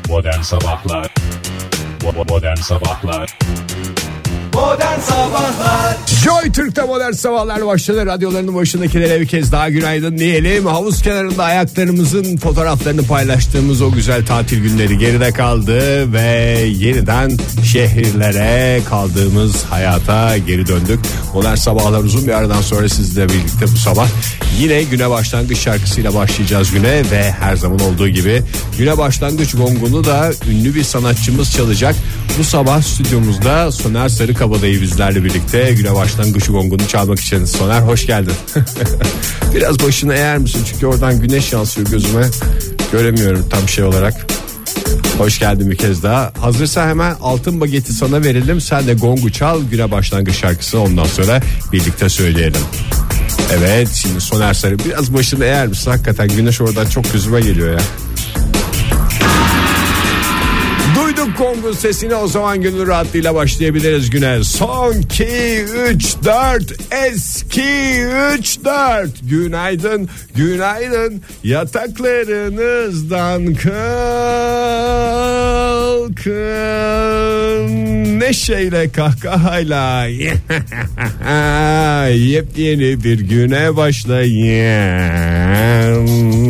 Modern Sabahlar. Modern Sabahlar. Modern Sabahlar. Joy Türk'te Modern Sabahlar başladı. Radyolarının başındakilere bir kez daha günaydın diyelim. Havuz kenarında ayaklarımızın fotoğraflarını paylaştığımız o güzel tatil günleri geride kaldı ve yeniden şehirlere, kaldığımız hayata geri döndük. Modern Sabahlar uzun bir aradan sonra sizle birlikte bu sabah yine güne başlangıç şarkısıyla başlayacağız güne ve her zaman olduğu gibi güne başlangıç gongunu da ünlü bir sanatçımız çalacak. Bu sabah stüdyomuzda Soner Sarıkabadayı bizlerle birlikte güne başlangıç gongunu çalmak için. Soner, hoş geldin. Biraz başını eğer misin? Çünkü oradan güneş yansıyor gözüme. Göremiyorum tam şey olarak. Hoş geldin bir kez daha. Hazırsa hemen altın bageti sana verelim. Sen de gongu çal, güne başlangıç şarkısını ondan sonra birlikte söyleyelim. Evet, şimdi Soner Sarı biraz başını eğer misin? Hakikaten güneş oradan çok gözüme geliyor ya. Duyduk kongun sesini, o zaman gönül rahatlığıyla başlayabiliriz güne. Son 2, 3, 4, eski 3, 4. Günaydın, günaydın. Yataklarınızdan kalkın. Neşeyle, kahkahayla yepyeni bir güne başlayın.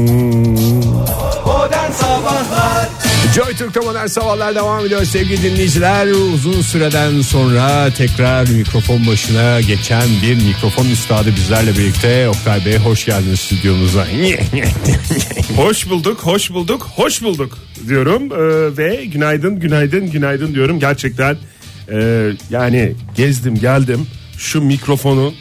Modern Sabahlar. Joy Türk'te Modern Sabahlar devam ediyor sevgili dinleyiciler. Uzun süreden sonra tekrar mikrofon başına geçen bir mikrofon üstadı bizlerle birlikte. Oktay Bey, hoş geldiniz stüdyomuza. Hoş bulduk, hoş bulduk, hoş bulduk diyorum ve günaydın, günaydın, günaydın diyorum. Gerçekten yani gezdim geldim, şu mikrofonu,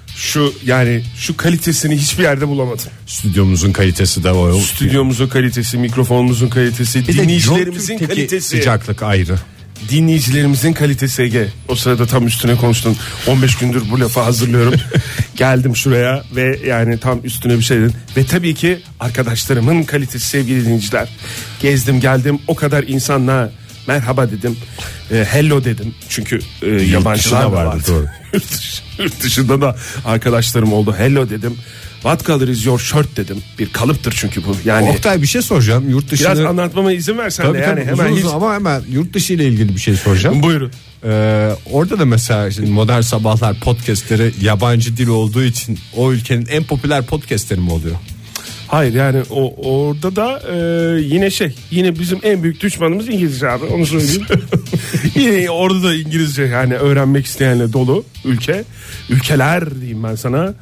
şu kalitesini hiçbir yerde bulamadım. Stüdyomuzun kalitesi de o. Stüdyomuzun kalitesi, mikrofonumuzun kalitesi, dinleyicilerimizin kalitesi. Sıcaklık ayrı. Dinleyicilerimizin kalitesi Ege. O sırada tam üstüne konuştun. 15 gündür bu lafı hazırlıyorum. Geldim şuraya ve yani tam üstüne bir şey dedim. Ve tabii ki arkadaşlarımın kalitesi sevgili dinleyiciler. Gezdim geldim, o kadar insanla merhaba dedim. Hello dedim. Çünkü yabancılar vardı. Doğru. Yurt dışında da arkadaşlarım oldu. Hello dedim. What color is your shirt dedim. Bir kalıptır çünkü bu. Yani Oktay, bir şey soracağım. Yurt dışında biraz anlatmama izin versen tabii, de yani tabii, hemen uzun, ama hemen yurt dışı ile ilgili bir şey soracağım. Buyurun. Orada da mesela şimdi Modern Sabahlar podcastleri yabancı dil olduğu için o ülkenin en popüler podcastleri mi oluyor? Hayır, yani orada da yine bizim en büyük düşmanımız İngilizce abi, onu söyleyeyim. Yine orada da İngilizce yani öğrenmek isteyenle dolu ülkeler diyeyim ben sana.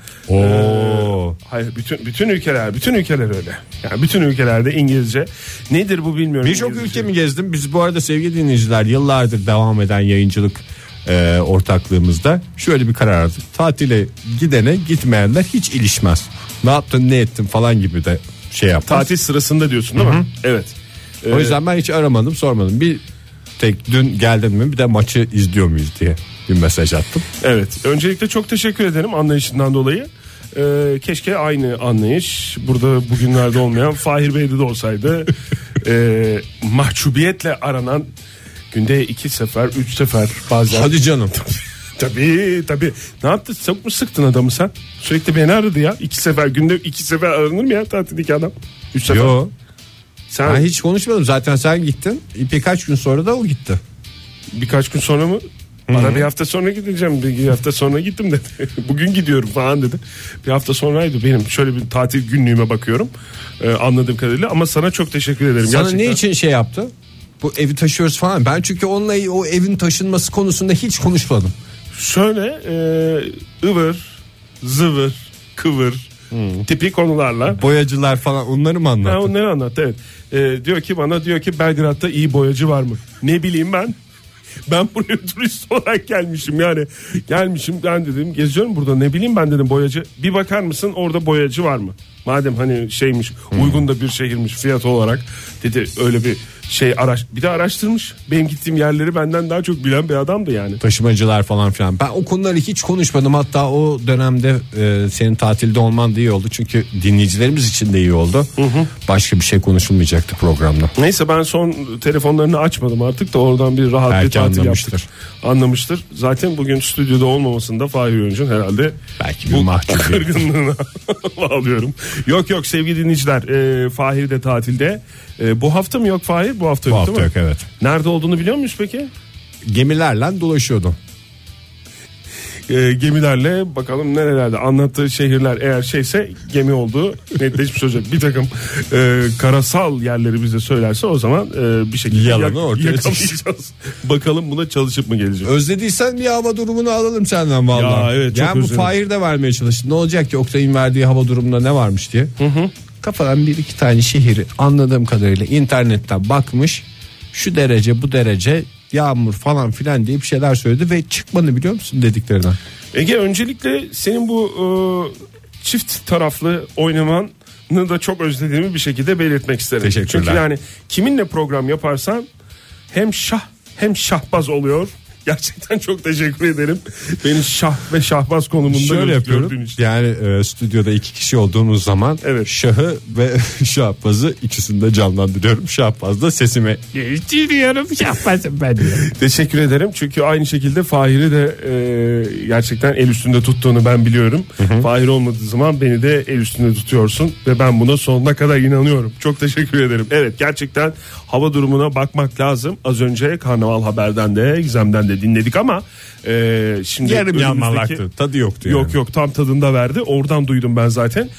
Hayır, bütün ülkeler öyle. Yani bütün ülkelerde İngilizce. Nedir bu bilmiyorum. Birçok ülke mi gezdim? Biz bu arada sevgili dinleyiciler yıllardır devam eden yayıncılık ortaklığımızda şöyle bir karar aldık. Tatile gidene gitmeyenler hiç ilişmez. Ne yaptın, ne ettin falan gibi de şey yapmaz. Tatil sırasında diyorsun değil mi? Evet. O yüzden ben hiç aramadım, sormadım. Bir tek dün geldin mi, bir de maçı izliyor muyuz diye bir mesaj attım. Evet. Öncelikle çok teşekkür ederim anlayışından dolayı. Keşke aynı anlayış burada bugünlerde olmayan Fahir Bey'de de olsaydı. Mahcubiyetle aranan günde 2 sefer 3 sefer bazen. Hadi canım. Tabii. Ne yaptın? Çok mu sıktın adamı sen? Sürekli beni aradı ya. 2 sefer günde 2 sefer aranır mı ya tatildeki adam? 3 sefer. Yo. Sen Ben hiç konuşmadım. Zaten sen gittin. Birkaç gün sonra da o gitti. birkaç gün sonra mı? Bana bir hafta sonra gideceğim. Bir hafta sonra gittim dedi. Bugün gidiyorum falan dedi. Bir hafta sonraydı benim. Şöyle bir tatil günlüğüme bakıyorum. Anladığım kadarıyla. Ama sana çok teşekkür ederim. Sana gerçekten. ne için şey yaptı? Bu evi taşıyoruz falan. Ben çünkü onunla o evin taşınması konusunda hiç konuşmadım. Şöyle ıvır, zıvır, kıvır tipi konularla. Boyacılar falan, onları mı anlattı? Onları anlattı, evet. Diyor ki Belgrad'da iyi boyacı var mı? Ne bileyim ben. Ben buraya turist olarak gelmişim yani. Gelmişim ben dedim, geziyorum burada, ne bileyim ben dedim boyacı. Bir bakar mısın orada boyacı var mı? Madem hani şeymiş, uygun da bir şehirmiş fiyat olarak dedi, öyle bir şey bir de araştırmış. Benim gittiğim yerleri benden daha çok bilen bir adamdı yani. Taşımacılar falan filan. Ben o konuları hiç konuşmadım. Hatta o dönemde senin tatilde olman da iyi oldu. Çünkü dinleyicilerimiz için de iyi oldu. Başka bir şey konuşulmayacaktı programda. Neyse, ben son telefonlarını açmadım artık da oradan bir rahat belki bir tatil anlamıştır. yaptık. Anlamıştır. Zaten bugün stüdyoda olmamasında Fahir Öğüncü'nün herhalde belki bir mahcup kırgınlığına bağlıyorum. Yok sevgili dinleyiciler, Fahir de tatilde. Bu hafta mı yok Fahir? Bu hafta Bu yok hafta değil mi? yok, evet. Nerede olduğunu biliyor muyuz peki? Gemilerle dolaşıyordu. Gemilerle bakalım nerelerde, anlattığı şehirler eğer şeyse gemi olduğu netleşmiş olacak. Bir takım karasal yerleri bize söylerse o zaman bir şekilde Yalanı ortaya yakalayacağız. Bakalım buna çalışıp mı gelecek? Özlediysen bir hava durumunu alalım senden vallahi. Ya evet, çok yani bu özledim. Fahir de vermeye çalıştı. Ne olacak ki Oktay'ın verdiği hava durumunda ne varmış diye. Kafadan bir iki tane şehri anladığım kadarıyla internetten bakmış. Şu derece bu derece yağmur falan filan diye bir şeyler söyledi ve çıkmadı biliyor musun dediklerinden. Ege, öncelikle senin bu çift taraflı oynamanı da çok özlediğimi bir şekilde belirtmek isterim. Teşekkürler. Çünkü yani kiminle program yaparsan hem şah hem şahbaz oluyor. Gerçekten çok teşekkür ederim. Beni şah ve şahbaz konumunda Şöyle gördüğün yapıyorum. için. Yani stüdyoda iki kişi olduğumuz zaman Evet. şahı ve şahbazı ikisini de canlandırıyorum. Şahbaz da sesime geçiriyorum. Şahbazım ben diyorum. Teşekkür ederim. Çünkü aynı şekilde Fahir'i de gerçekten el üstünde tuttuğunu ben biliyorum. Fahir olmadığı zaman beni de el üstünde tutuyorsun ve ben buna sonuna kadar inanıyorum. Çok teşekkür ederim. Evet, gerçekten hava durumuna bakmak lazım. Az önce Karnaval Haber'den de Gizem'den de dinledik ama şimdi Yarım yanmalaktı. Tadı yoktu yani. Yok tam tadında verdi. Oradan duydum ben zaten.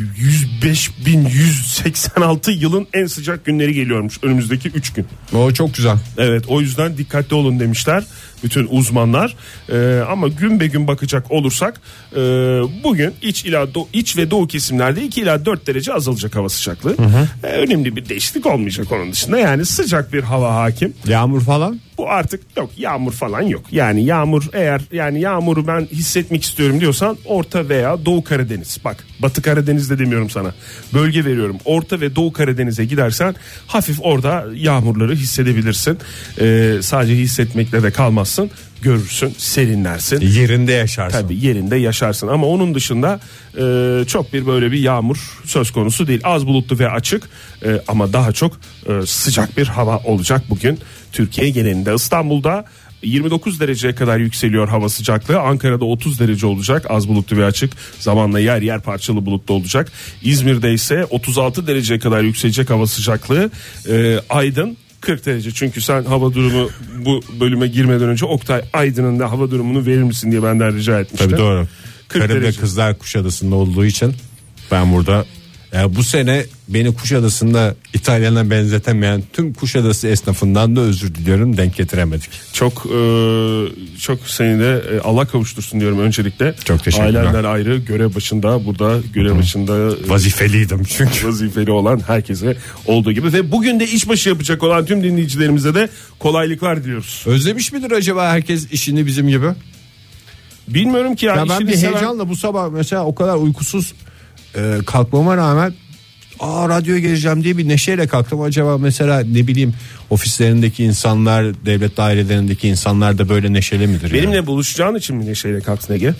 105.186 yılın en sıcak günleri geliyormuş önümüzdeki 3 gün. O çok güzel. Evet, o yüzden dikkatli olun demişler bütün uzmanlar. Ama gün be gün bakacak olursak bugün iç ve doğu kesimlerde 2 ila 4 derece azalacak hava sıcaklığı. Önemli bir değişiklik olmayacak onun dışında. Yani sıcak bir hava hakim. Yağmur falan? Bu artık yok, yağmur falan yok. Yani yağmuru ben hissetmek istiyorum diyorsan Orta veya Doğu Karadeniz. Bak, Batı Karadeniz'de demiyorum sana. Bölge veriyorum. Orta ve Doğu Karadeniz'e gidersen hafif orada yağmurları hissedebilirsin. Sadece hissetmekle de kalmazsın. Görürsün, serinlersin. Yerinde yaşarsın. Tabii yerinde yaşarsın ama onun dışında çok böyle bir yağmur söz konusu değil. Az bulutlu ve açık ama daha çok sıcak bir hava olacak bugün Türkiye genelinde. İstanbul'da 29 dereceye kadar yükseliyor hava sıcaklığı. Ankara'da 30 derece olacak, az bulutlu ve açık. Zamanla yer yer parçalı bulutlu olacak. İzmir'de ise 36 dereceye kadar yükselecek hava sıcaklığı. Aydın 40 derece. Çünkü sen hava durumu bu bölüme girmeden önce Oktay, Aydın'ın da hava durumunu verir misin diye benden rica etmiştim. Tabii doğru. 40 Karım ve derece. kızlar Kuşadası'nda olduğu için ben burada bu sene beni Kuşadası'nda İtalyan'a benzetemeyen tüm Kuşadası esnafından da özür diliyorum, denk getiremedik. Çok seni de Allah kavuştursun diyorum öncelikle. Çok teşekkürler. Ailenler ayrı, görev başında, burada görev başında Vazifeliydim çünkü. vazifeli olan herkese olduğu gibi ve bugün de işbaşı yapacak olan tüm dinleyicilerimize de kolaylıklar diliyoruz. Özlemiş midir acaba herkes işini bizim gibi? Bilmiyorum ki Ya ben işini bir seven- heyecanla bu sabah mesela o kadar uykusuz kalkmama rağmen radyoya geleceğim diye bir neşeyle kalktım. Acaba mesela ne bileyim ofislerindeki insanlar, devlet dairelerindeki insanlar da böyle neşeli midir? Benimle yani? buluşacağın için mi neşeyle kalktın Ege?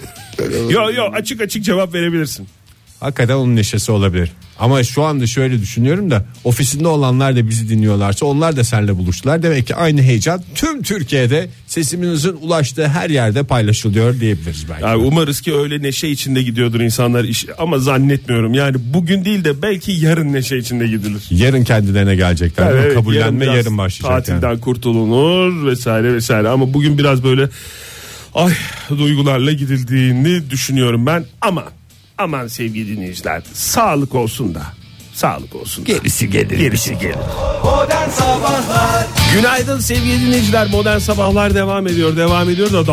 Yo açık cevap verebilirsin. Hakikaten onun neşesi olabilir. Ama şu anda şöyle düşünüyorum da ofisinde olanlar da bizi dinliyorlarsa onlar da seninle buluştular. Demek ki aynı heyecan tüm Türkiye'de sesimizin ulaştığı her yerde paylaşılıyor diyebiliriz belki. Yani umarız ki öyle neşe içinde gidiyordur insanlar ama zannetmiyorum. Yani bugün değil de belki yarın neşe içinde gidilir. Yarın kendilerine gelecekler. Yani evet, kabullenme biraz yarın başlayacak. tatilden Yani. kurtulunur vesaire ama bugün biraz böyle duygularla gidildiğini düşünüyorum ben. Aman sevgili dinleyiciler, sağlık olsun da. Gerisi gelir. Modern Sabahlar Günaydın sevgili dinleyiciler, Modern Sabahlar devam ediyor da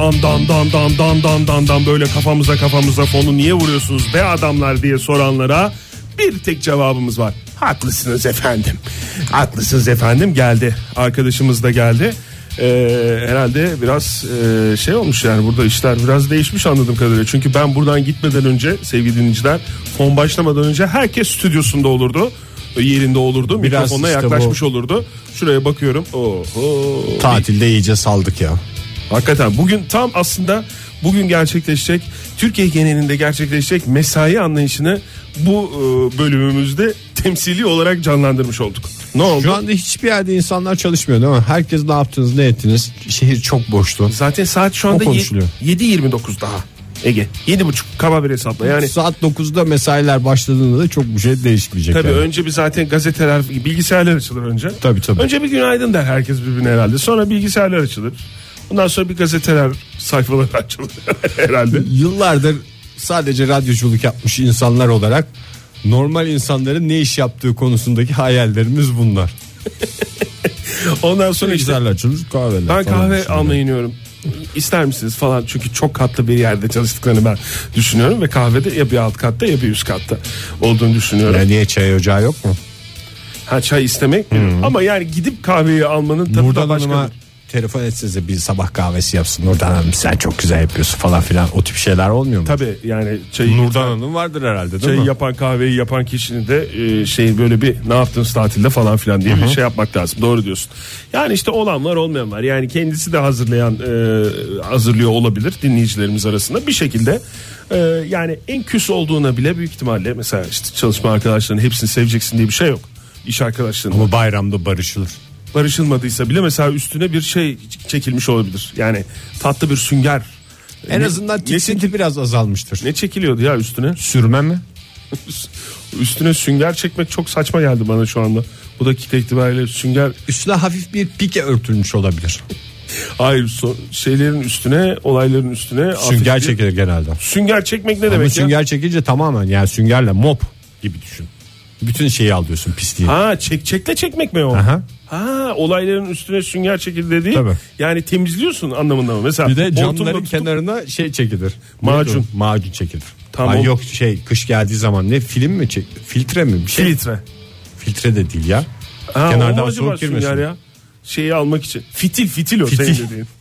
dan böyle kafamıza fonu niye vuruyorsunuz be adamlar diye soranlara bir tek cevabımız var. Haklısınız efendim geldi, arkadaşımız da geldi. Herhalde biraz şey olmuş yani, burada işler biraz değişmiş anladığım kadarıyla. Çünkü ben buradan gitmeden önce sevgili dinleyiciler, fon başlamadan önce herkes stüdyosunda olurdu, yerinde olurdu, Biraz mikrofonla işte yaklaşmış olurdu. Şuraya bakıyorum. Tatilde iyice saldık ya. Hakikaten bugün gerçekleşecek, Türkiye genelinde gerçekleşecek mesai anlayışını bu bölümümüzde temsili olarak canlandırmış olduk. Ne oldu? Şu anda hiçbir yerde insanlar çalışmıyor değil mi? Herkes ne yaptınız ne ettiniz? Şehir çok boştu. Zaten saat şu anda konuşuluyor. 7.29 daha. Ege 7.30 kaba bir hesapla yani. Saat 9'da mesailer başladığında da çok bir şey değişmeyecek. Tabii yani. Önce bir zaten gazeteler, bilgisayarlar açılır önce. Tabii. Önce bir günaydın der herkes birbirine herhalde. Sonra bilgisayarlar açılır. Ondan sonra bir gazeteler sayfaları açılır herhalde. Yıllardır sadece radyoculuk yapmış insanlar olarak normal insanların ne iş yaptığı konusundaki hayallerimiz bunlar. Ondan sonra işte Bilgisayarlar açılır, kahveler. ben falan kahve düşünüyorum. almaya iniyorum. İster misiniz falan, çünkü çok katlı bir yerde çalıştıklarını ben düşünüyorum ve kahvede ya bir alt katta ya bir üst katta olduğunu düşünüyorum. Ya niye çay ocağı yok mu? Ha, çay istemek ama yani gidip kahveyi almanın tadı Nurdan da başka. Hanım'a telefon etsenize bir sabah kahvesi yapsın. Nurdan Hanım sen çok güzel yapıyorsun falan filan, o tip şeyler olmuyor mu? Tabii yani çayı Nurdan Hanım vardır herhalde değil çayı mi? yapan, kahveyi yapan kişinin de böyle bir ne yaptınız tatilde falan filan diye bir şey yapmak lazım. Doğru diyorsun. Yani işte olan var olmayan var. Yani kendisi de hazırlıyor olabilir dinleyicilerimiz arasında bir şekilde. Yani en küs olduğuna bile büyük ihtimalle, mesela işte çalışma arkadaşlarının hepsini seveceksin diye bir şey yok. İş arkadaşlarının. Ama bayramda barışılır. Barışılmadıysa bile mesela üstüne bir şey çekilmiş olabilir. Yani tatlı bir sünger. En azından tiksinti biraz azalmıştır. Ne çekiliyordu ya üstüne? Sürme mi? Üstüne sünger çekmek çok saçma geldi bana şu anda. Bu dakika itibariyle sünger. Üstüne hafif bir pike örtülmüş olabilir. Hayır, şeylerin üstüne, olayların üstüne. Sünger hafif bir- çekilir genelde. Sünger çekmek ne Ama demek ya? sünger çekince tamamen, yani süngerle mop gibi düşün. Bütün şeyi alıyorsun, pisliği. Ha, çekle çekmek mi o? Aha. Ha, olayların üstüne sünger çekil dediği. Tabii. Yani temizliyorsun anlamında mı? Mesela Bir de hortumla camların tutup- kenarına şey çekilir. Macun. Neydi o? Macun çekilir. Tamam. Ay yok, kış geldiği zaman ne film mi filtre mi bir şey? filtre. Filtre de değil ya. Ha, Kenardan o acaba soğuk girmesin. sünger ya. Şeyi almak için. Fitil o Fitil. senin dediğin.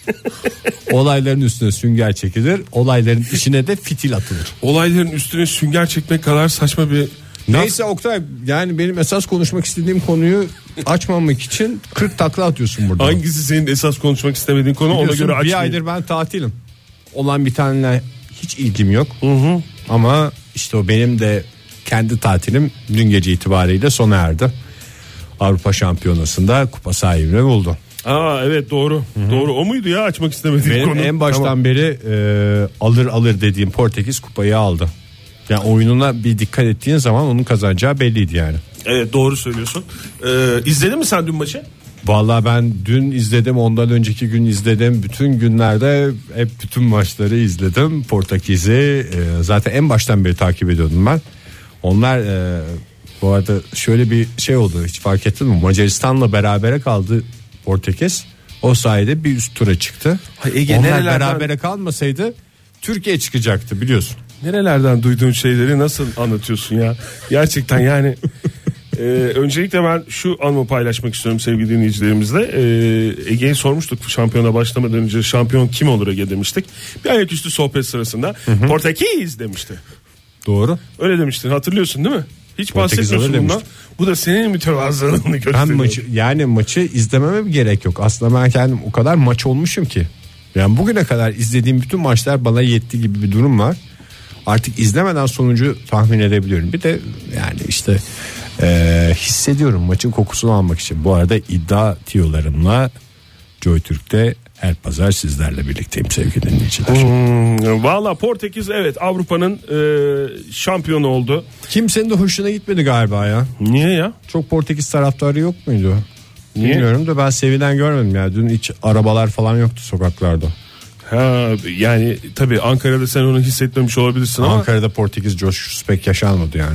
Olayların üstüne sünger çekilir. Olayların içine de fitil atılır. Olayların üstüne sünger çekmek kadar saçma bir... Neyse Oktay, yani benim esas konuşmak istediğim konuyu açmamak için 40 takla atıyorsun burada. Hangisi senin esas konuşmak istemediğin konu, ona Biliyorsun, göre bir açmayayım. aydır ben tatilim. Olan bir taneyle hiç ilgim yok. Ama işte o benim de kendi tatilim dün gece itibariyle sona erdi. Avrupa Şampiyonası'nda kupa sahibini buldu. Aa evet, doğru. Doğru, o muydu ya açmak istemediğin Benim konu? en baştan Tamam. beri alır dediğim Portekiz kupayı aldı. Yani oyununa bir dikkat ettiğin zaman onun kazanacağı belliydi yani. Evet, doğru söylüyorsun. İzledin mi sen dün maçı? Vallahi ben dün izledim, ondan önceki gün izledim. Bütün günlerde hep bütün maçları izledim. Portekiz'i zaten en baştan beri takip ediyordum ben. Onlar bu arada şöyle bir şey oldu, hiç fark ettin mi? Macaristan'la berabere kaldı Portekiz. O sayede bir üst tura çıktı. Hay Ege, Onlar nerelerden- berabere kalmasaydı Türkiye çıkacaktı, biliyorsun. Nerelerden duyduğun şeyleri nasıl anlatıyorsun ya? Gerçekten yani. Öncelikle ben şu anımı paylaşmak istiyorum sevgili dinleyicilerimizle. Ege'ye sormuştuk şampiyona başlamadan önce, şampiyon kim olur Ege demiştik. Bir ayaküstü sohbet sırasında Portekiz demişti. Doğru. Öyle demiştin, hatırlıyorsun değil mi? Hiç Portekiz bahsetmiyorsun öyle bundan. Bu da senin mütevazılığını gösteriyor. Ben maçı izlememe gerek yok. Aslında ben kendim o kadar maç olmuşum ki. Yani bugüne kadar izlediğim bütün maçlar bana yetti gibi bir durum var. Artık izlemeden sonucu tahmin edebiliyorum. Bir de yani işte hissediyorum maçın kokusunu almak için. Bu arada iddia tiyolarımla Joy Türk'te her pazar sizlerle birlikteyim sevgili dinleyiciler. Valla Portekiz evet Avrupa'nın şampiyonu oldu. Kimsenin de hoşuna gitmedi galiba ya. Niye ya? Çok Portekiz taraftarı yok muydu? Niye? Bilmiyorum da ben sevilen görmedim ya. Dün hiç arabalar falan yoktu sokaklarda. Ha, yani tabii Ankara'da sen onu hissetmemiş olabilirsin ama Ankara'da Portekiz coşkusu pek yaşanmadı yani.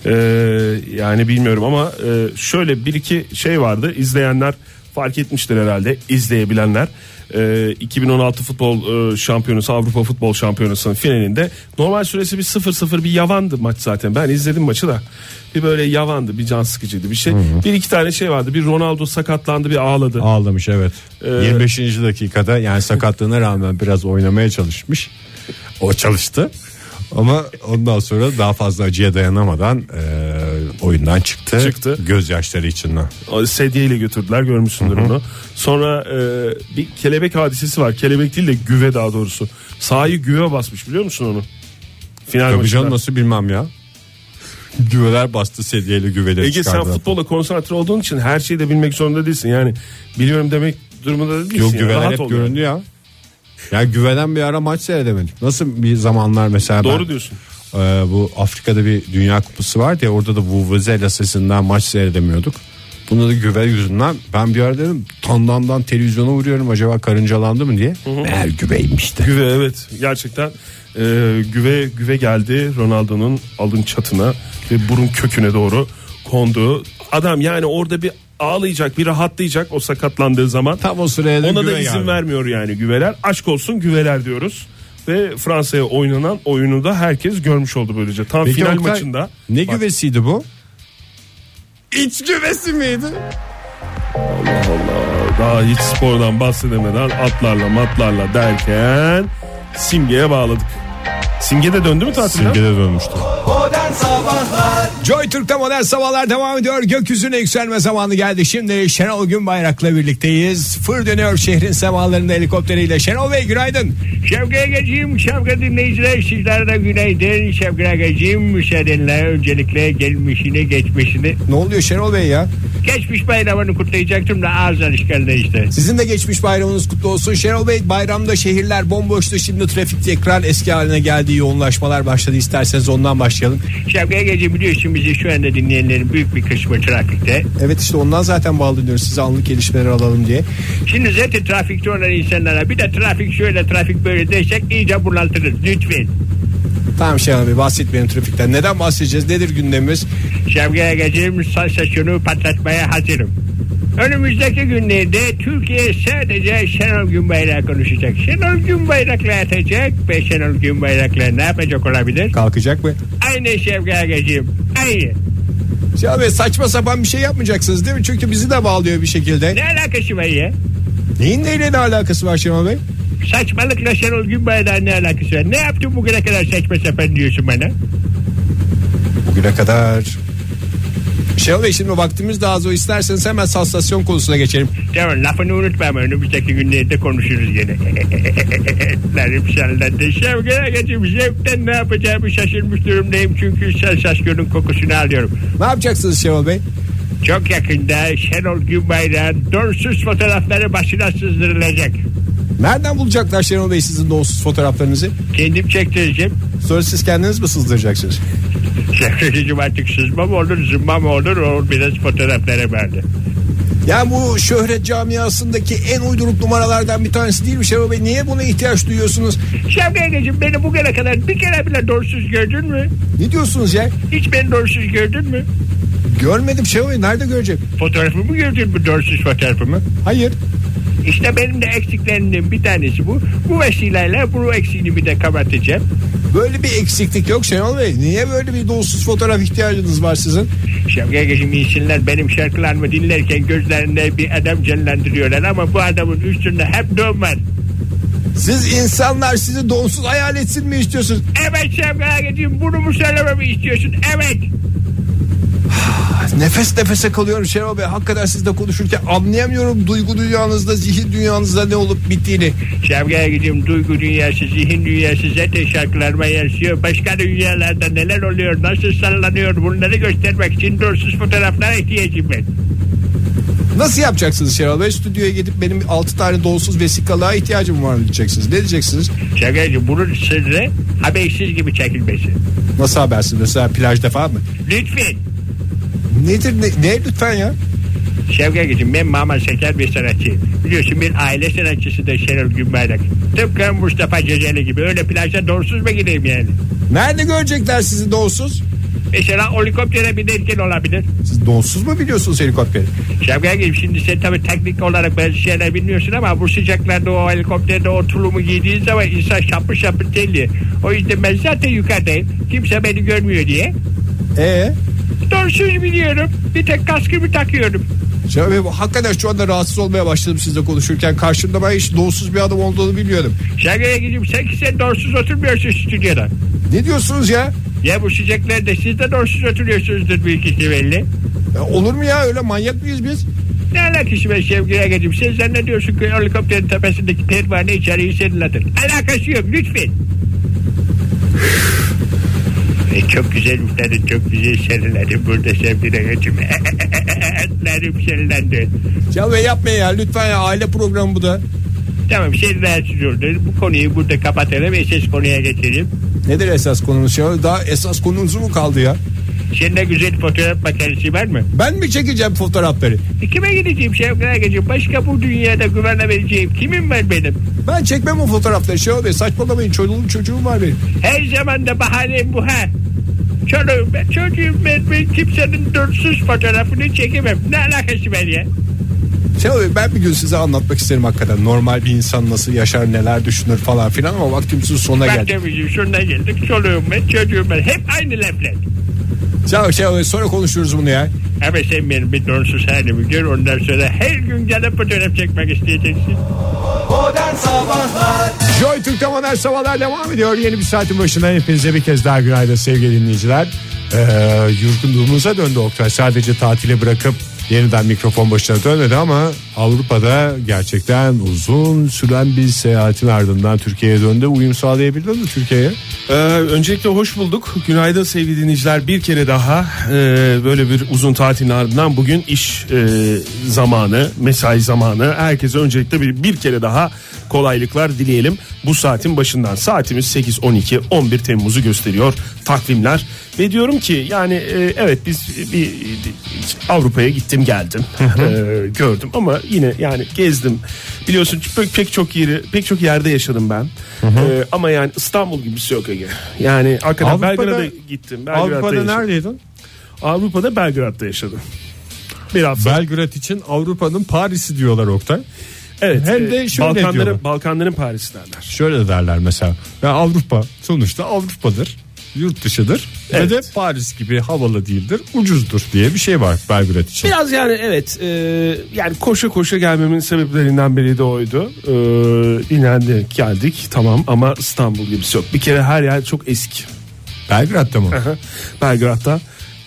yani bilmiyorum ama şöyle bir iki şey vardı, izleyenler fark etmiştir herhalde, izleyebilenler. 2016 futbol şampiyonası, Avrupa futbol şampiyonasının finalinde normal süresi bir 0-0 bir yavandı maç zaten. Ben izledim maçı da. Bir böyle yavandı, bir can sıkıcıydı bir şey. Bir iki tane şey vardı. Bir Ronaldo sakatlandı, bir ağladı. Ağlamış evet. 25. dakikada yani sakatlığına rağmen biraz oynamaya çalışmış. O çalıştı. Ama ondan sonra daha fazla acıya dayanamadan oyundan çıktı. Gözyaşları içinden. Sedyeyle götürdüler, görmüşsündür onu. Sonra bir kelebek hadisesi var. Kelebek değil de güve, daha doğrusu. Sahayı güve basmış, biliyor musun onu? Final Tabii maçında. canım, nasıl bilmem ya. Güveler bastı, sedyeyle güveleri Ege, sen çıkardılar. futbola konsantre olduğun için her şeyi de bilmek zorunda değilsin. Yani biliyorum demek durumunda da değilsin. Yok, yani. güveler Rahat hep ol göründü yani. ya. Ya güveden bir ara maç seyredemedik. Nasıl bir zamanlar mesela. Doğru diyorsun. Bu Afrika'da bir Dünya Kupası vardı ya, orada da Vuvuzela sesinden maç seyredemiyorduk. Bunu da güve yüzünden ben bir ara dedim tandandan televizyona vuruyorum, acaba karıncalandı mı diye. Meğer güveymişti. Güve, evet gerçekten güve geldi Ronaldo'nun alın çatına ve burun köküne doğru kondu. Adam yani orada bir ağlayacak, bir rahatlayacak o sakatlandığı zaman. Tam o sıraya da ona da güve izin geldi. vermiyor yani güveler. Aşk olsun güveler diyoruz. Ve Fransa'ya oynanan oyunu da herkes görmüş oldu böylece. Tam Peki final Oktay, maçında. ne güvesiydi bu? İç güvesi miydi? Allah Allah. Daha hiç spordan bahsedemeden atlarla matlarla derken Simge'ye bağladık. Simge de döndü mü tatilden? Simge de dönmüştü. Modern Sabahlar. Joy Türk'te modern sabahlar devam ediyor. Gökyüzüne yükselme zamanı geldi. Şimdi Şenol Günbayrak'la birlikteyiz. Fır dönüyor şehrin semalarında helikopteriyle. Şenol Bey günaydın. Şevket Agacığım, Şevket dinleyiciler, sizlere de günaydın. Şevket Agacığım, müsaadenle öncelikle gelmişini geçmişini. Ne oluyor Şenol Bey ya? Geçmiş bayramını kutlayacaktım da ağızdan işgalde işte. Sizin de geçmiş bayramınız kutlu olsun. Şenol Bey, bayramda şehirler bomboştu. Şimdi trafik tekrar eski haline geldi. Yoğunlaşmalar başladı. İsterseniz ondan başlayalım. Şevket Agacığım, biliyorsun bizi şu anda dinleyenlerin büyük bir kısmı trafikte. Evet, işte ondan zaten bağlanıyoruz. Size anlık gelişmeleri alalım diye. Şimdi zaten trafikte olan insanlara bir de trafik şöyle trafik böyle desek iyice bunaltırız lütfen. Tamam Şenol Bey, bahsetmeyin trafikten. Neden bahsedeceğiz? Nedir gündemimiz? Şevket Agacığım, sansasyonu patlatmaya hazırım. Önümüzdeki günlerde Türkiye sadece Şenol Günbayrak konuşacak. Şenol Günbayrak'la atacak ve Şenol Günbayrak'la ne yapacak olabilir? Kalkacak mı? Aynı Şevket Agacığım, aynı. Şenol Bey, saçma sapan bir şey yapmayacaksınız değil mi? Çünkü bizi de bağlıyor bir şekilde. Ne alakası var ya? Neyin neyle ne alakası var Şenol Bey? Saçmalıkla Şenol Günbayrak'la ne alakası var? Ne yaptın bugüne kadar saçma sapan diyorsun bana? Bugüne kadar... Şenol Bey, şimdi vaktimiz daha az, o isterseniz hemen sansasyon konusuna geçelim. Tamam, lafını unutma ama önümüzdeki günlerde konuşuruz gene. Şevket Agacığım, zevkten ne yapacağımı şaşırmış durumdayım çünkü sansasyonun kokusunu alıyorum. Ne yapacaksınız Şenol Bey? Çok yakında Şenol Günbayrak'ın donsuz fotoğrafları başına sızdırılacak. Nereden bulacaklar Şenol Bey sizin donsuz fotoğraflarınızı? Kendim çektireceğim. Sonra siz kendiniz mi sızdıracaksınız? Şevket'ciğim, artık sızma mı olur zımba mı olur, o biraz fotoğraflara verdi. Ya bu şöhret camiasındaki en uyduruk numaralardan bir tanesi değil mi Şenol Bey? Niye buna ihtiyaç duyuyorsunuz? Şevket'ciğim, beni bugüne kadar bir kere bile donsuz gördün mü? Ne diyorsunuz ya? Hiç beni donsuz gördün mü? Görmedim Şenol Bey, nerede göreceğim? Fotoğrafımı gördün mü, donsuz fotoğrafımı? Hayır. İşte benim de eksiklerimden bir tanesi bu. Bu vesileyle bu eksiğimi de kapatacağım. Böyle bir eksiklik yok Şenol Bey. Niye böyle bir donsuz fotoğraf ihtiyacınız var sizin? Şevket'ciğim, insanlar benim şarkılarımı dinlerken gözlerinde bir adam canlandırıyorlar ama bu adamın üstünde hep don var. Siz insanlar sizi donsuz hayal etsin mi istiyorsunuz? Evet Şevket'ciğim, bunu mu söylememi istiyorsun? Evet. Nefes nefese kalıyorum Şenol Bey. Hakikaten sizle konuşurken anlayamıyorum duygu dünyanızda, zihin dünyanızda ne olup bittiğini. Şevket'ciğim, duygu dünyası, zihin dünyası zaten şarkılarıma yansıyor. Başka dünyalarda neler oluyor, nasıl sallanıyor, bunları göstermek için donsuz fotoğraflara ihtiyacım var. Nasıl yapacaksınız Şenol Bey? Stüdyoya gidip benim 6 tane donsuz vesikalığa ihtiyacım var mı diyeceksiniz? Ne diyeceksiniz? Şevket'ciğim, bunun sırrı habersiz gibi çekilmesi. Nasıl habersiz? Mesela plajda falan mı? Lütfen. Nedir ne lütfen ya? Şevket'ciğim, ben Mama Şeker bir sanatçıyım. Biliyorsun bir aile sanatçısı da Şenol Günbayrak. Tıpkı Mustafa Ceceli gibi öyle plajda donsuz mu gideyim yani? Nerede görecekler sizi donsuz? Mesela helikoptere binerken olabilir. Siz donsuz mu biliyorsunuz helikopteri? Şevket'ciğim, şimdi sen tabii teknik olarak bazı şeyler bilmiyorsun ama bu sıcaklarda o helikopterde o tulumu giydiğin zaman insan şapır şapır terliyor. O yüzden ben zaten yukarıdayım. Kimse beni görmüyor diye. Donsuz biliyorum. Bir tek kaskımı takıyorum. Şenol Bey, hakikaten şu anda rahatsız olmaya başladım sizle konuşurken. Karşımda ben hiç donsuz bir adam olduğunu bilmiyordum. Şevket'ciğim, sen donsuz oturmuyorsun stüdyoda. Ne diyorsunuz ya? Ya bu sıcaklarda siz de donsuz oturuyorsunuzdur büyük ihtimalle. Olur mu ya, öyle manyak mıyız biz? Ne alakası var Şevket Agacığım? Sen zannediyorsun ki helikopterin tepesindeki pervane içeriği serinletir. Alakası yok, lütfen. Çok güzel üfledin, çok güzel serinledin burada Şevket Agacığım. Etlerim serinlendi. Şenol Bey, yapmayın ya lütfen ya, aile programı bu da. Tamam, sen rahatsız oldun. Bu konuyu burada kapatalım, esas konuya geçelim. Nedir esas konumuz ya? Daha esas konumuz mu kaldı ya? Senin güzel fotoğraf makinesi var mı? Ben mi çekeceğim fotoğrafları? Kime gideceğim Şevket Agacığım? Başka bu dünyada güvenebileceğim kimim var benim? Ben çekmem o fotoğrafları Şenol Bey, saçmalamayın, çoluğum çocuğum var benim. Her zaman da bahanem bu ha. Çoluğum ben, çocuğum ben kimsenin dursuz fotoğrafını çekemem. Ne alakası var ya? Şenol Bey, ben bir gün size anlatmak isterim hakikaten. Normal bir insan nasıl yaşar, neler düşünür falan filan, ama vaktimizin sonuna geldik. Vaktimizin sonuna geldik. Çoluğum ben, çocuğum ben. Hep aynı laflar. Şenol Bey, sonra konuşuruz bunu ya. Ama sen benim bir donsuz halimi gör, ondan sonra her gün gelip fotoğraf çekmek isteyeceksin. Modern Sabahlar. Joy Türk'te Modern Sabahlar devam ediyor. Yeni bir saatin başından hepinize bir kez daha günaydın sevgili dinleyiciler. Yorgunluğumuza döndü Oktay. Sadece tatile bırakıp yeniden mikrofon başına dönmedi ama Avrupa'da gerçekten uzun süren bir seyahatin ardından Türkiye'ye döndü. Uyum sağlayabildin mi Türkiye'ye? Öncelikle hoş bulduk. Günaydın sevgili dinleyiciler. Bir kere daha böyle bir uzun tatilin ardından bugün iş zamanı, mesai zamanı. Herkese öncelikle bir kere daha kolaylıklar dileyelim. Bu saatin başından, saatimiz 8:12, 11 Temmuz'u gösteriyor takvimler. Ve diyorum ki yani evet biz bir Avrupa'ya gittim geldim gördüm ama yine yani gezdim, biliyorsun pek çok yerde yaşadım ben. Ama yani İstanbul gibisi yok Ege. Yani hakikaten Belgrad'a gittim. Avrupa'da neredeydin? Avrupa'da Belgrad'da yaşadım. Bir hafta. Belgrad için Avrupa'nın Paris'i diyorlar Oktay. Evet. Hem de şöyle diyorlar. Balkanların Paris'i derler. Şöyle derler mesela. Ya Avrupa sonuçta Avrupa'dır. Yurt dışıdır. Evet. Ve de Paris gibi havalı değildir, ucuzdur diye bir şey var Belgrad için. Biraz yani evet yani koşa gelmemin sebeplerinden biri de oydu. İnandık geldik tamam ama İstanbul gibisi yok. Bir kere her yer çok eski. Belgrad'da mı? Belgrad'da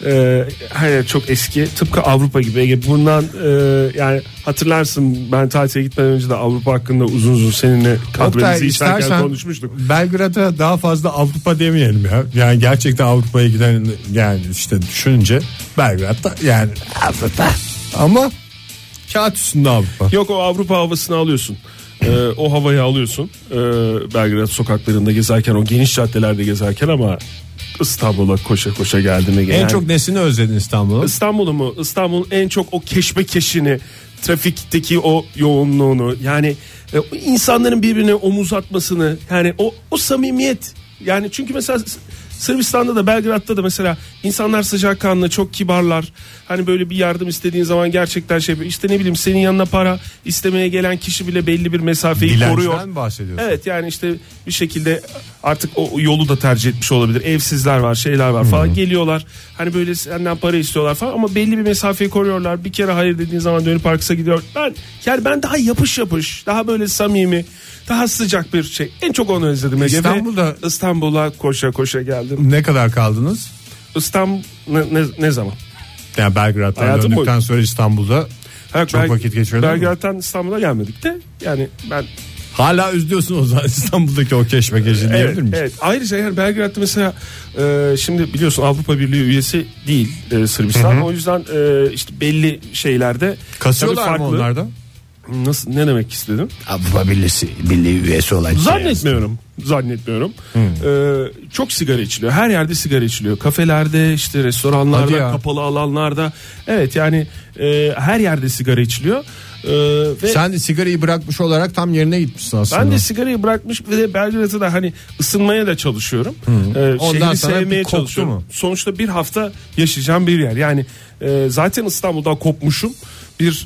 her yer çok eski, tıpkı Avrupa gibi. Bundan yani hatırlarsın, ben tatile gitmeden önce de Avrupa hakkında uzun seninle kahvemizi içerken konuşmuştuk. Belgrad'a daha fazla Avrupa demeyelim ya. Yani gerçekten Avrupa'ya giden, yani işte düşününce Belgrad'da yani Avrupa ama kağıt üstünde Avrupa. Yok, o Avrupa havasını alıyorsun. O havayı alıyorsun Belgrad sokaklarında gezerken, o geniş caddelerde gezerken, ama İstanbul'a koşa geldim. En çok nesini özledin İstanbul'u? İstanbul'u mu? İstanbul'un en çok o keşmekeşini, trafikteki o yoğunluğunu, yani insanların birbirine omuz atmasını, yani o samimiyet. Yani çünkü mesela Sırbistan'da da Belgrad'da da mesela insanlar sıcakkanlı, çok kibarlar. Hani böyle bir yardım istediğin zaman gerçekten işte ne bileyim, senin yanına para istemeye gelen kişi bile belli bir mesafeyi Dilenciden koruyor. Dilenciden bahsediyorsun. Evet, yani işte bir şekilde artık o yolu da tercih etmiş olabilir. Evsizler var, şeyler var falan, geliyorlar. Hani böyle senden para istiyorlar falan ama belli bir mesafeyi koruyorlar. Bir kere hayır dediğin zaman dönüp arkasına gidiyor. Ben daha yapış daha böyle samimi, daha sıcak bir şey. En çok onu özledim. İstanbul'a koşa geldim. Ne kadar kaldınız? İstanbul ne zaman? Yani Belgrad'dan döndükten sonra İstanbul'da çok vakit geçirdin. Belgrad'dan İstanbul'a gelmedik de yani ben hala üzülüyorsun o zaman İstanbul'daki o keşmekeşi diyebilir miyiz? Evet. Ayrıca eğer Belgrad'da mesela şimdi biliyorsun Avrupa Birliği üyesi değil Sırbistan. O yüzden işte belli şeylerde kasıyorlar mı onlarda? Nasıl, ne demek istedim? Avrupa Birliği üyesi olan Zannetmiyorum. Çok sigara içiliyor. Her yerde sigara içiliyor. Kafelerde, işte restoranlarda, kapalı alanlarda. Evet yani her yerde sigara içiliyor. Ve sen de sigarayı bırakmış olarak tam yerine gitmişsin aslında. Ben de sigarayı bırakmış ve de Belgrad'da da hani ısınmaya da çalışıyorum. Şehri sevmeye çalışıyorum. Mu? Sonuçta bir hafta yaşayacağım bir yer. Yani zaten İstanbul'dan kopmuşum. Bir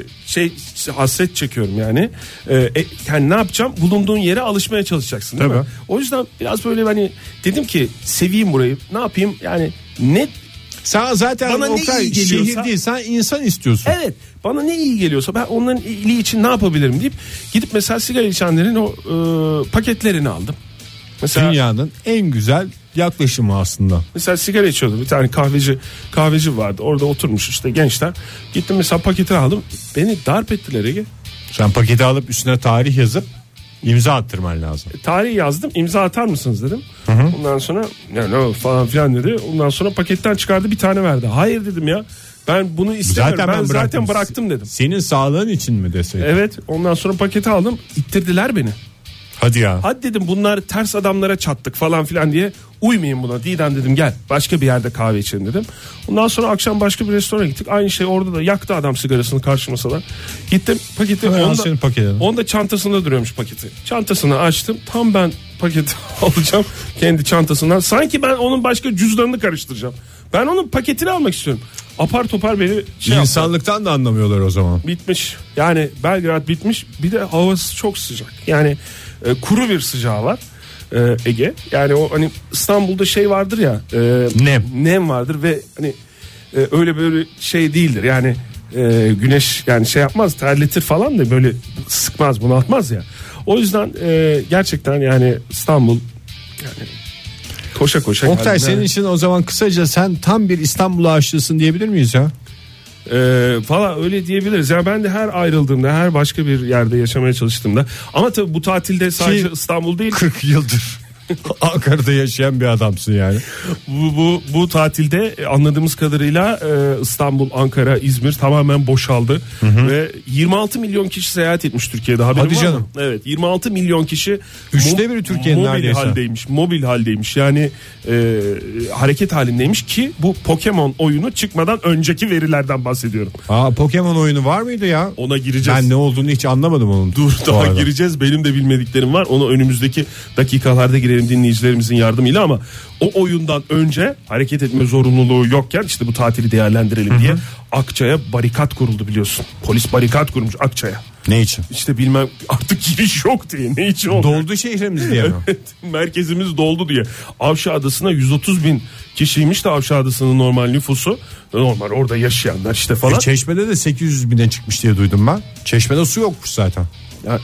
hasret çekiyorum yani. Yani ne yapacağım? Bulunduğun yere alışmaya çalışacaksın değil mi? O yüzden biraz böyle hani dedim ki seveyim burayı. Ne yapayım? Yani sen zaten bana ne iyi geliyorsa, şehir değil, sen insan istiyorsun. Evet, bana ne iyi geliyorsa ben onların iyiliği için ne yapabilirim deyip gidip mesela sigara içenlerin o paketlerini aldım. Mesela, dünyanın en güzel yaklaşımı aslında. Mesela sigara içiyordu, bir tane kahveci vardı, orada oturmuş işte gençler. Gittim mesela paketini aldım, beni darp ettiler Ege. Sen paketi alıp üstüne tarih yazıp imza attırman lazım. Tarih yazdım, imza atar mısınız dedim. Ondan sonra yani falan filan dedi. Ondan sonra paketten çıkardı, bir tane verdi. Hayır dedim ya. Ben bunu istemiyorum. Ben zaten bıraktım dedim. Senin sağlığın için mi deseydin? Evet, ondan sonra paketi aldım, ittirdiler beni. Hadi ya. Hadi dedim, bunlar ters adamlara çattık falan filan diye uymayın buna. Didem dedim, gel başka bir yerde kahve içelim dedim. Ondan sonra akşam başka bir restorana gittik. Aynı şey, orada da yaktı adam sigarasını karşı masada. Gittim paketi, onda çantasında duruyormuş paketi. Çantasını açtım, tam ben paketi alacağım kendi çantasından. Sanki ben onun başka cüzdanını karıştıracağım. Ben onun paketini almak istiyorum. Apar topar beni İnsanlıktan yaptı. Da anlamıyorlar o zaman. Bitmiş. Yani Belgrad bitmiş. Bir de havası çok sıcak. Yani kuru bir sıcağı var. Ege. Yani o hani İstanbul'da şey vardır ya. Nem vardır ve hani öyle böyle şey değildir. Yani güneş yani şey yapmaz, terletir falan da böyle sıkmaz, bunaltmaz ya. O yüzden gerçekten yani İstanbul yani koşa koşa. Oktay, senin için o zaman kısaca sen tam bir İstanbul aşığısın diyebilir miyiz ya? Falan öyle diyebiliriz. Ya ben de her ayrıldığımda, her başka bir yerde yaşamaya çalıştığımda, ama tabii bu tatilde sadece İstanbul değil. 40 yıldır Ankara'da yaşayan bir adamsın yani. Bu tatilde anladığımız kadarıyla İstanbul, Ankara, İzmir tamamen boşaldı. Ve 26 milyon kişi seyahat etmiş Türkiye'de. Haberin Hadi var canım. mı? Evet, 26 milyon kişi Üçte biri Türkiye'nin neredeyse. Mobil haldeymiş. Yani hareket halindeymiş ki bu Pokemon oyunu çıkmadan önceki verilerden bahsediyorum. Pokemon oyunu var mıydı ya? Ona gireceğiz. Ben ne olduğunu hiç anlamadım onun. Dur, daha gireceğiz. Benim de bilmediklerim var. Onu önümüzdeki dakikalarda girelim dinleyicilerimizin yardımıyla, ama o oyundan önce hareket etme zorunluluğu yokken işte bu tatili değerlendirelim diye Akçay'a barikat kuruldu, biliyorsun. Polis barikat kurmuş Akçay'a. Ne için? İşte bilmem, artık giriş yok diye. Ne için oldu? Doldu şehrimiz diye mi? Evet, merkezimiz doldu diye. Avşa Adası'na 130 bin kişiymiş de Avşa Adası'nın normal nüfusu. Normal orada yaşayanlar işte falan. Çeşme'de de 800 bine çıkmış diye duydum ben. Çeşme'de su yokmuş zaten. Ya,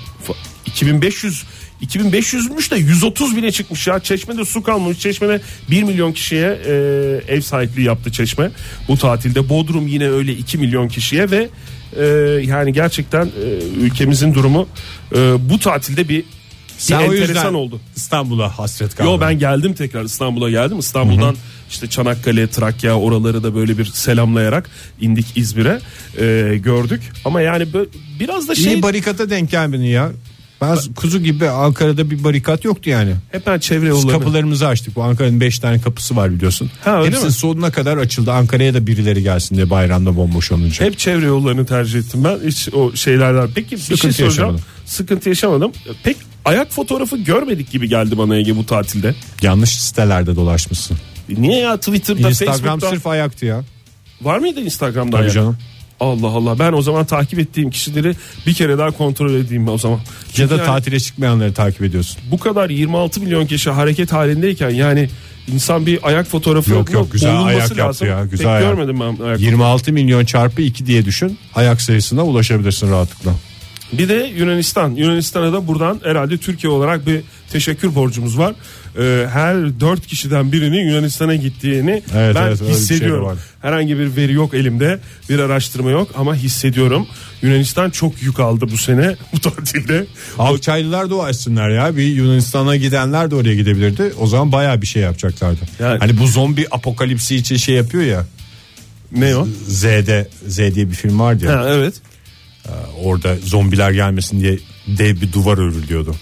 2500'müş de 130 bine çıkmış ya. Çeşme'de su kalmamış. Çeşme'de 1 milyon kişiye ev sahipliği yaptı Çeşme bu tatilde. Bodrum yine öyle 2 milyon kişiye ve yani gerçekten ülkemizin durumu bu tatilde bir enteresan oldu. İstanbul'a hasret kaldı. Yo, ben geldim, tekrar İstanbul'a geldim. İstanbul'dan işte Çanakkale, Trakya, oraları da böyle bir selamlayarak indik İzmir'e, gördük. Ama yani biraz da İyi barikata denk gelmedi ya. Ben kuzu gibi Ankara'da bir barikat yoktu yani. Hep ben çevre yollarını. Kapılarımızı açtık. Bu Ankara'nın 5 tane kapısı var biliyorsun. Hepsi sonuna kadar açıldı. Ankara'ya da birileri gelsin diye bayramda bomboş olunca. Hep çevre yollarını tercih ettim ben. Hiç o şeylerden. Peki bir şey soracağım. Sıkıntı yaşamadım. Pek ayak fotoğrafı görmedik gibi geldi bana Ege bu tatilde. Yanlış sitelerde dolaşmışsın. Niye ya? Twitter'da, Instagram Facebook'ta. sırf ayaktı ya. Var mıydı Instagram'da Tabii canım. Allah Allah, ben o zaman takip ettiğim kişileri bir kere daha kontrol edeyim o zaman. Çünkü Ya da yani, tatile çıkmayanları takip ediyorsun. Bu kadar 26 milyon kişi hareket halindeyken yani insan bir ayak fotoğrafı yok güzel ayak yaptı ya. Güzel ayak. Görmedim ben ayak. 26 milyon çarpı 2 diye düşün. Ayak sayısına ulaşabilirsin rahatlıkla. Bir de Yunanistan'a da buradan herhalde Türkiye olarak bir teşekkür borcumuz var. Her 4 kişiden birinin Yunanistan'a gittiğini ben hissediyorum. Şey herhangi bir veri yok elimde, bir araştırma yok ama hissediyorum. Yunanistan çok yük aldı bu sene bu tatilde. Akçaylılar dua etsinler ya. Bir Yunanistan'a gidenler de oraya gidebilirdi. O zaman bayağı bir şey yapacaklardı. Yani, hani bu zombi apokalipsi için şey yapıyor ya. Ne o? Z diye bir film vardı ya. Evet. Orada zombiler gelmesin diye dev bir duvar örülüyordu.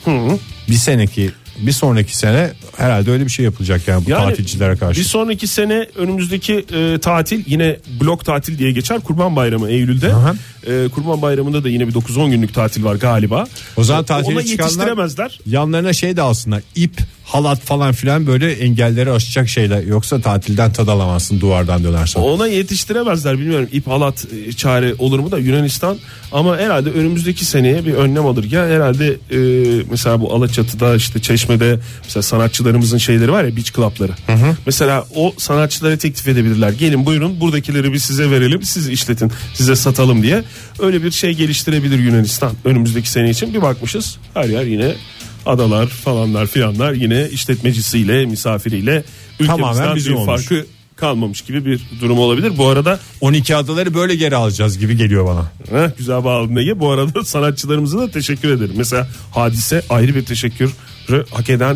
Bir sonraki sene herhalde öyle bir şey yapılacak yani bu tatilcilere karşı. Bir sonraki sene önümüzdeki tatil yine blok tatil diye geçer. Kurban Bayramı Eylül'de. Kurban Bayramı'nda da yine bir 9-10 günlük tatil var galiba. O zaman tatile ona çıkanlar yetiştiremezler. Yanlarına şey de alsınlar. İp, halat falan filan, böyle engelleri aşacak şeyler. Yoksa tatilden tad alamazsın duvardan dönersen. Ona yetiştiremezler, bilmiyorum. İp, halat çare olur mu da Yunanistan, ama herhalde önümüzdeki seneye bir önlem alır. Ya herhalde mesela bu Alaçatı'da, işte Çeşme'de mesela sanatçılarımızın şeyleri var ya, beach club'ları. Mesela o sanatçılara teklif edebilirler. Gelin buyurun, buradakileri bir size verelim, siz işletin, size satalım diye. Öyle bir şey geliştirebilir Yunanistan önümüzdeki sene için. Bir bakmışız her yer yine adalar falanlar filanlar, yine işletmecisiyle, misafiriyle ülkemizden bir farkı kalmamış gibi bir durum olabilir. Bu arada 12 adaları böyle geri alacağız gibi geliyor bana. Güzel bağladın Ege. Bu arada sanatçılarımıza da teşekkür ederim. Mesela Hadise ayrı bir teşekkürü hak eden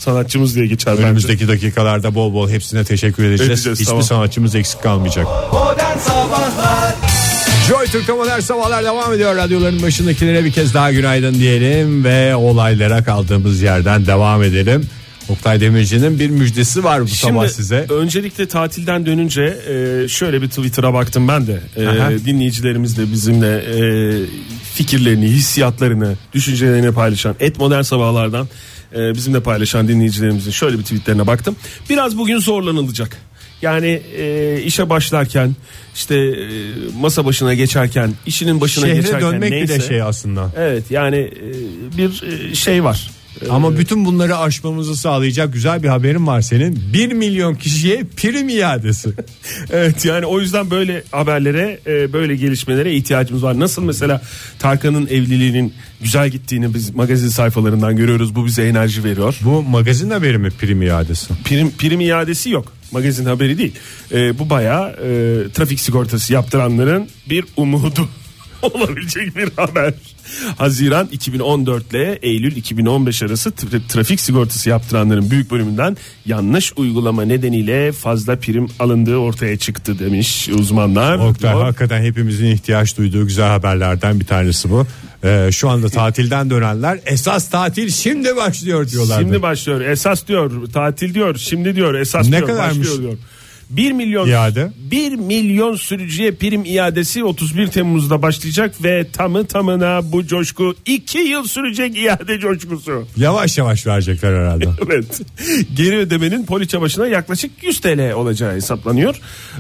sanatçımız diye geçer bence. Önümüzdeki dakikalarda bol bol hepsine teşekkür edeceğiz. Hiçbir tamam. sanatçımız eksik kalmayacak. Modern Sabahlar. Joy Türk'te modern sabahlar devam ediyor. Radyoların başındakilere bir kez daha günaydın diyelim ve olaylara kaldığımız yerden devam edelim. Oktay Demirci'nin bir müjdesi var bu sabah size. Öncelikle tatilden dönünce şöyle bir Twitter'a baktım ben de. Dinleyicilerimiz de bizimle fikirlerini, hissiyatlarını, düşüncelerini paylaşan modern sabahlardan bizimle paylaşan dinleyicilerimizin şöyle bir tweetlerine baktım. Biraz bugün zorlanılacak. Yani işe başlarken işte masa başına geçerken, işinin başına Şehre geçerken dönmek neyse. bile şey aslında. Evet yani bir şey var. Ama bütün bunları aşmamızı sağlayacak güzel bir haberim var senin. 1 milyon kişiye prim iadesi. Evet yani o yüzden böyle haberlere, böyle gelişmelere ihtiyacımız var. Nasıl mesela Tarkan'ın evliliğinin güzel gittiğini biz magazin sayfalarından görüyoruz. Bu bize enerji veriyor. Bu magazin haberi mi prim iadesi? Prim iadesi yok. Magazin haberi değil. Bu bayağı trafik sigortası yaptıranların bir umudu olabilecek bir haber. Haziran 2014 ile Eylül 2015 arası trafik sigortası yaptıranların büyük bölümünden yanlış uygulama nedeniyle fazla prim alındığı ortaya çıktı demiş uzmanlar. Oktay, hakikaten hepimizin ihtiyaç duyduğu güzel haberlerden bir tanesi bu. Şu anda tatilden dönenler esas tatil şimdi başlıyor diyorlar. Şimdi başlıyor. Esas diyor, tatil diyor, şimdi diyor, esas ne diyor, kadarmış? başlıyor diyor. 1 milyon İade. 1 milyon sürücüye prim iadesi 31 Temmuz'da başlayacak ve tamına bu coşku 2 yıl sürecek iade coşkusu. Yavaş yavaş verecekler herhalde. Evet. Geri ödemenin poliçe başına yaklaşık 100 TL olacağı hesaplanıyor.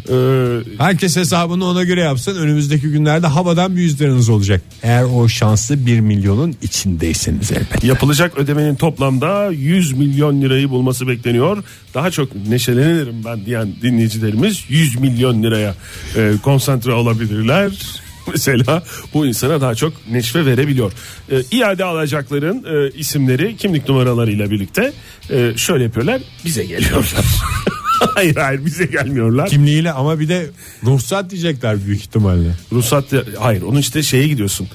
Herkes hesabını ona göre yapsın. Önümüzdeki günlerde havadan bir yüzleriniz olacak. Eğer o şanslı 1 milyonun içindeyseniz elbette. Yapılacak ödemenin toplamda 100 milyon lirayı bulması bekleniyor. Daha çok neşelenirim ben diyen dinleyicilerimiz 100 milyon liraya konsantre olabilirler. Mesela bu insana daha çok neşve verebiliyor. İade alacakların isimleri kimlik numaralarıyla birlikte şöyle yapıyorlar, bize geliyorlar. Hayır bize gelmiyorlar. Kimliğiyle ama bir de ruhsat diyecekler büyük ihtimalle. Ruhsat hayır onun işte şeye gidiyorsun.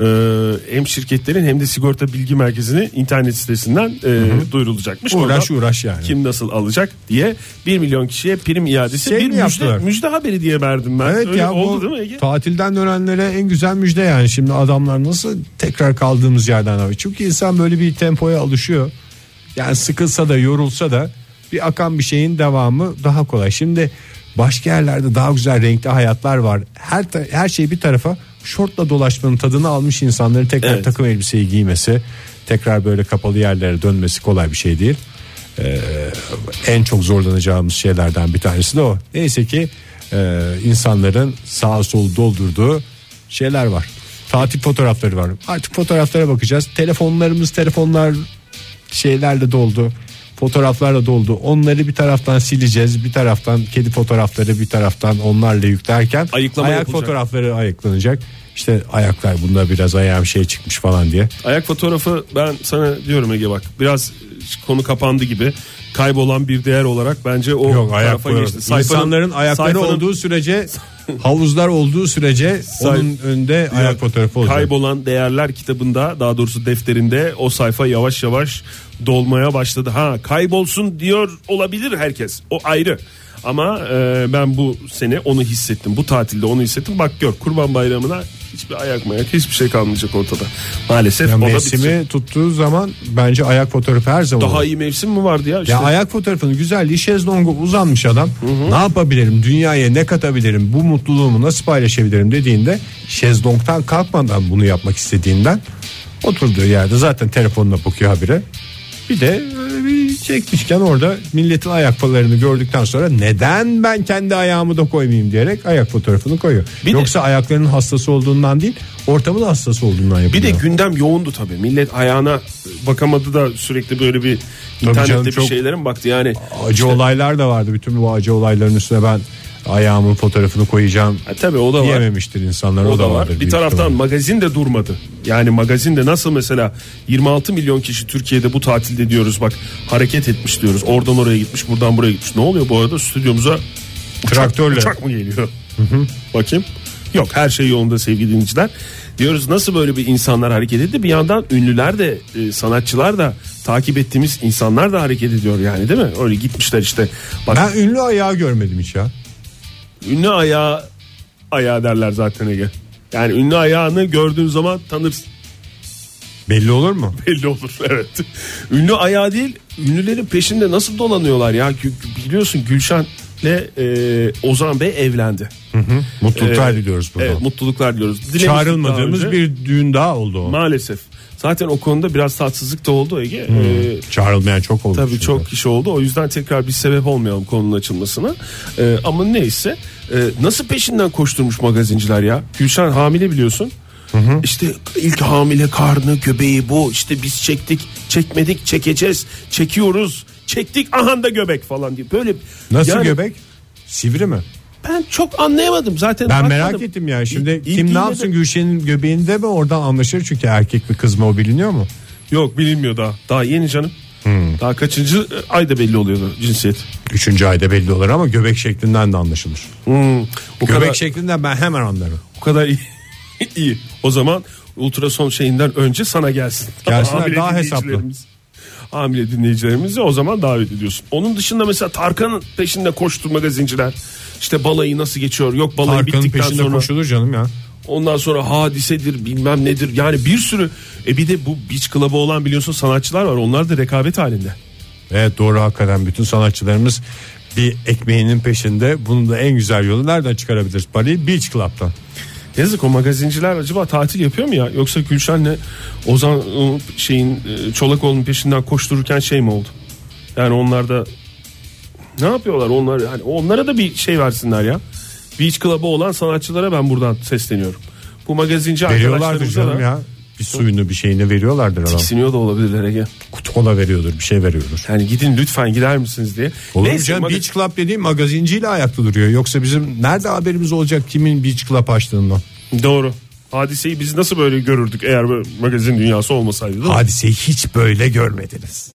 Hem şirketlerin hem de sigorta bilgi merkezinin internet sitesinden duyurulacakmış. Uğraş yani. Kim nasıl alacak diye 1 milyon kişiye prim iadesi Şey bir müjde haberi diye verdim ben. Evet öyle ya, oldu bu değil mi Ege? tatilden dönenlere en güzel müjde yani. Şimdi adamlar nasıl tekrar kaldığımız yerden abi. Çünkü insan böyle bir tempoya alışıyor. Yani sıkılsa da yorulsa da bir akan bir şeyin devamı daha kolay. Şimdi başka yerlerde daha güzel renkli hayatlar var. Her şey bir tarafa, şortla dolaşmanın tadını almış insanların tekrar takım elbiseyi giymesi, tekrar böyle kapalı yerlere dönmesi kolay bir şey değil. En çok zorlanacağımız şeylerden bir tanesi de o. Neyse ki insanların sağa solu doldurduğu şeyler var. Tatil fotoğrafları var. Artık fotoğraflara bakacağız. Telefonlar şeylerle doldu. Fotoğraflarla doldu. Onları bir taraftan sileceğiz. Bir taraftan kedi fotoğrafları, bir taraftan onlarla yüklerken Ayıklama ayak yapılacak. fotoğrafları ayıklanacak. İşte ayaklar, bunda biraz ayağım şey çıkmış falan diye. Ayak fotoğrafı ben sana diyorum Ege bak biraz konu kapandı gibi. Kaybolan bir değer olarak bence o Yok, ayak tarafa geçti. İnsanların ayakları olduğu sürece, havuzlar olduğu sürece onun önünde ayak fotoğrafı olacak. Kaybolan değerler kitabında, daha doğrusu defterinde o sayfa yavaş yavaş dolmaya başladı. Kaybolsun diyor olabilir herkes. O ayrı. Ama ben bu sene onu hissettim. Bu tatilde onu hissettim. Bak gör, Kurban Bayramı'na hiçbir ayak hiçbir şey kalmayacak ortada. Maalesef Ya o da mevsimi bitecek. tuttuğu zaman bence ayak fotoğrafı her zaman. Daha iyi mevsim mi vardı ya? İşte. Ya ayak fotoğrafının güzelliği, şezlonga uzanmış adam. Ne yapabilirim? Dünyaya ne katabilirim? Bu mutluluğumu nasıl paylaşabilirim dediğinde, şezlongtan kalkmadan bunu yapmak istediğinden oturduğu yerde zaten telefonuna bakıyor habire. Bir de bir çekmişken orada milletin ayaklarını gördükten sonra neden ben kendi ayağımı da koymayayım diyerek ayak fotoğrafını koyuyor. Yoksa ayaklarının hastası olduğundan değil, ortamın hastası olduğundan yapıyor. Bir de gündem yoğundu tabii. Millet ayağına bakamadı da sürekli böyle bir internette canım, bir çok şeylere mi baktı yani? Acı olaylar da vardı. Bütün bu acı olayların üstüne ben ayağımın fotoğrafını koyacağım Tabii o da var. diyememiştir insanlar. O da vardır. Bir taraftan magazin de durmadı. Yani magazin de nasıl mesela 26 milyon kişi Türkiye'de bu tatilde diyoruz bak hareket etmiş diyoruz. Oradan oraya gitmiş, buradan buraya gitmiş. Ne oluyor bu arada? Stüdyomuza Traktörle. uçak mı geliyor? Bakayım. Yok, her şey yolunda sevgili dinleyiciler. Diyoruz nasıl böyle bir insanlar hareket etti. Bir yandan ünlüler de sanatçılar da takip ettiğimiz insanlar da hareket ediyor yani, değil mi? Öyle gitmişler işte. Bak, Ben ünlü ayağı görmedim hiç ya. ünlü ayağı derler zaten Ege. Yani ünlü ayağını gördüğün zaman tanırsın. Belli olur mu? Belli olur, evet. Ünlü ayağı değil, ünlülerin peşinde nasıl dolanıyorlar ya. Biliyorsun Gülşen'le Ozan Bey evlendi. Mutluluklar diliyoruz burada. Evet, mutluluklar diliyoruz. Çağrılmadığımız bir düğün daha oldu o. Maalesef. Zaten o konuda biraz tatsızlık da oldu Ege. Çağrılmayan çok oldu. Tabii şimdi. çok kişi oldu. O yüzden tekrar bir sebep olmayalım konunun açılmasına. Ama neyse. Nasıl peşinden koşturmuş magazinciler ya. Gülşen hamile biliyorsun. İşte ilk hamile karnı, göbeği bu. İşte biz çektik, çekmedik, çekeceğiz, çekiyoruz, çektik, aha da göbek falan diye. Böyle. Nasıl yani, göbek? Sivri mi? Ben çok anlayamadım zaten. Ben bakmadım. merak ettim ya. Şimdi İlk kim ne yapsın de... Gülşen'in göbeğinde mi, oradan anlaşılır çünkü erkek mi kız mı o biliniyor mu? Yok, bilinmiyor daha. Daha yeni canım. Daha kaçıncı ayda belli oluyordu cinsiyet. 3. ayda belli olur ama göbek şeklinden de anlaşılır. O Göbek kadar, şeklinden ben hemen anlarım. o kadar iyi. İyi. O zaman ultrason şeyinden önce sana gelsin. Gelsinler, Hamile daha hesaplı. dinleyicilerimiz. Hamile dinleyicilerimizi o zaman davet ediyorsun. Onun dışında mesela Tarkan'ın peşinde koştu magazinciler. İşte balayı nasıl geçiyor? Yok, balayı Tarkan'ın bittikten peşinde sonra. koşulur canım ya. Ondan sonra hadisedir, bilmem nedir. Yani bir sürü. Bir de bu beach club'ı olan biliyorsun sanatçılar var. Onlar da rekabet halinde. Evet, doğru, hakikaten bütün sanatçılarımız bir ekmeğinin peşinde. Bunun da en güzel yolu nereden çıkarabiliriz parayı? Beach Club'tan. Yazık, o magazinciler acaba tatil yapıyor mu ya? Yoksa Gülşen'le Ozan Çolakoğlu'nun peşinden koştururken şey mi oldu? Yani onlar da ne yapıyorlar onlar? Yani onlara da bir şey versinler ya. Beach Club'ı olan sanatçılara ben buradan sesleniyorum. Bu magazinci Veriyorlardır arkadaşlarımıza canım da ya. Bir suyunu bir şeyini veriyorlardır adam. tiksiniyor da olabilirler Ege. Kola veriyordur, bir şey veriyordur. Yani gidin lütfen, gider misiniz diye. Olur mu Neyse, canım, Beach Club dediğim magazinciyle ayakta duruyor. Yoksa bizim nerede haberimiz olacak kimin Beach Club açtığından? Doğru. Hadiseyi biz nasıl böyle görürdük eğer böyle magazin dünyası olmasaydı, değil mi? Hadiseyi hiç böyle görmediniz.